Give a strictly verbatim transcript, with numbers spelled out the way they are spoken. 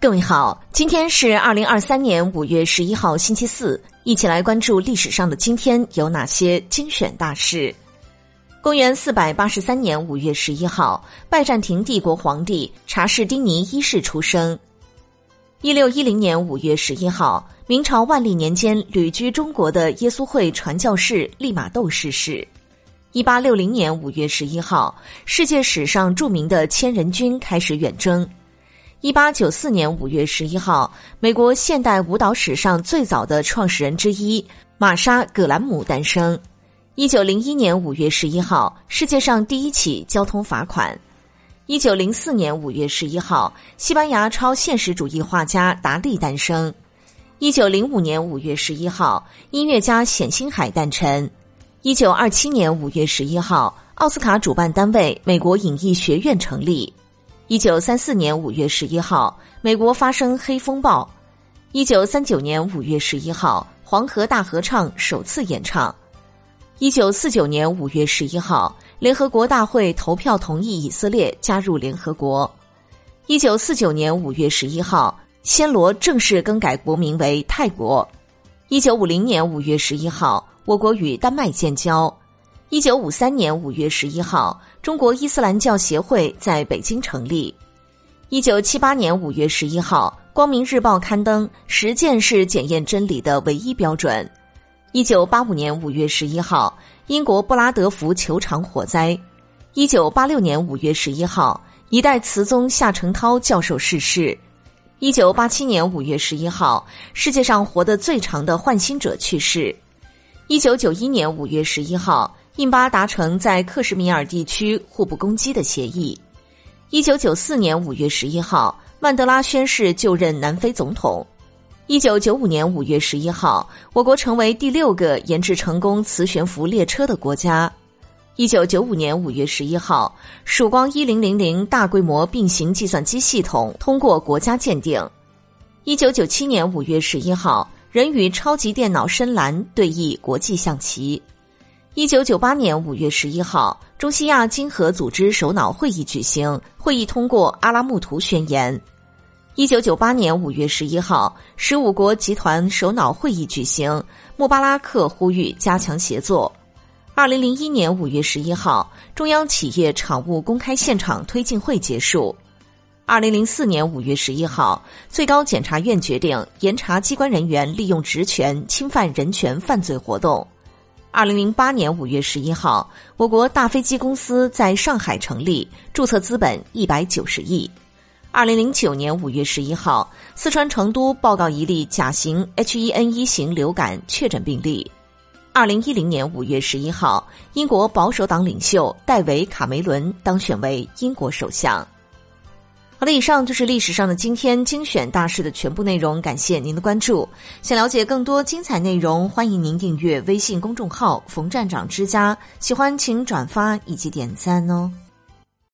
各位好，今天是二零二三年五月十一号星期四，一起来关注历史上的今天有哪些精选大事。公元四百八十三年五月十一号，拜占庭帝国皇帝查士丁尼一世出生。一六一零年五月十一号，明朝万历年间旅居中国的耶稣会传教士利玛窦逝世。一八六零年五月十一号，世界史上著名的千人军开始远征。一八九四年五月十一号，美国现代舞蹈史上最早的创始人之一玛莎·葛兰姆诞生。一九零一年五月十一号，世界上第一起交通罚款。一九零四年五月十一号，西班牙超现实主义画家达利诞生。一九零五年五月十一号，音乐家冼星海诞辰。一九二七年五月十一号，奥斯卡主办单位美国影艺学院成立。一九三四年五月十一号，美国发生黑风暴。一九三九年五月十一号，黄河大合唱首次演唱。一九四九年五月十一号，联合国大会投票同意以色列加入联合国。一九四九年五月十一号，暹罗正式更改国名为泰国。一九五零年五月十一号，我国与丹麦建交。一九五三年五月十一号，中国伊斯兰教协会在北京成立。一九七八年五月十一号，光明日报刊登实践是检验真理的唯一标准。一九八五年五月十一号，英国布拉德福球场火灾。一九八六年五月十一号，一代词宗夏承焘教授逝世。一九八七年五月十一号，世界上活得最长的换心者去世。一九九一年五月十一号，印巴达成在克什米尔地区互不攻击的协议。一九九四年五月十一号，曼德拉宣誓就任南非总统。一九九五年五月十一号，我国成为第六个研制成功磁悬浮列车的国家。一九九五年五月十一号，曙光一零零零大规模并行计算机系统通过国家鉴定。一九九七年五月十一号，人与超级电脑深蓝对弈国际象棋。一九九八年五月十一号，中西亚经合组织首脑会议举行，会议通过阿拉木图宣言。一九九八年五月十一号，十五国集团首脑会议举行，穆巴拉克呼吁加强协作。二零零一年五月十一号，中央企业常务公开现场推进会结束。二零零四年五月十一号，最高检察院决定严查机关人员利用职权侵犯人权犯罪活动。二零零八年五月十一号，我国大飞机公司在上海成立，注册资本一百九十亿。二零零九年五月十一号，四川成都报告一例甲型 H 一 N 一 型流感确诊病例。二零一零年五月十一号，英国保守党领袖戴维·卡梅伦当选为英国首相。好的，以上就是历史上的今天精选大事的全部内容，感谢您的关注。想了解更多精彩内容，欢迎您订阅微信公众号冯站长之家，喜欢请转发以及点赞哦。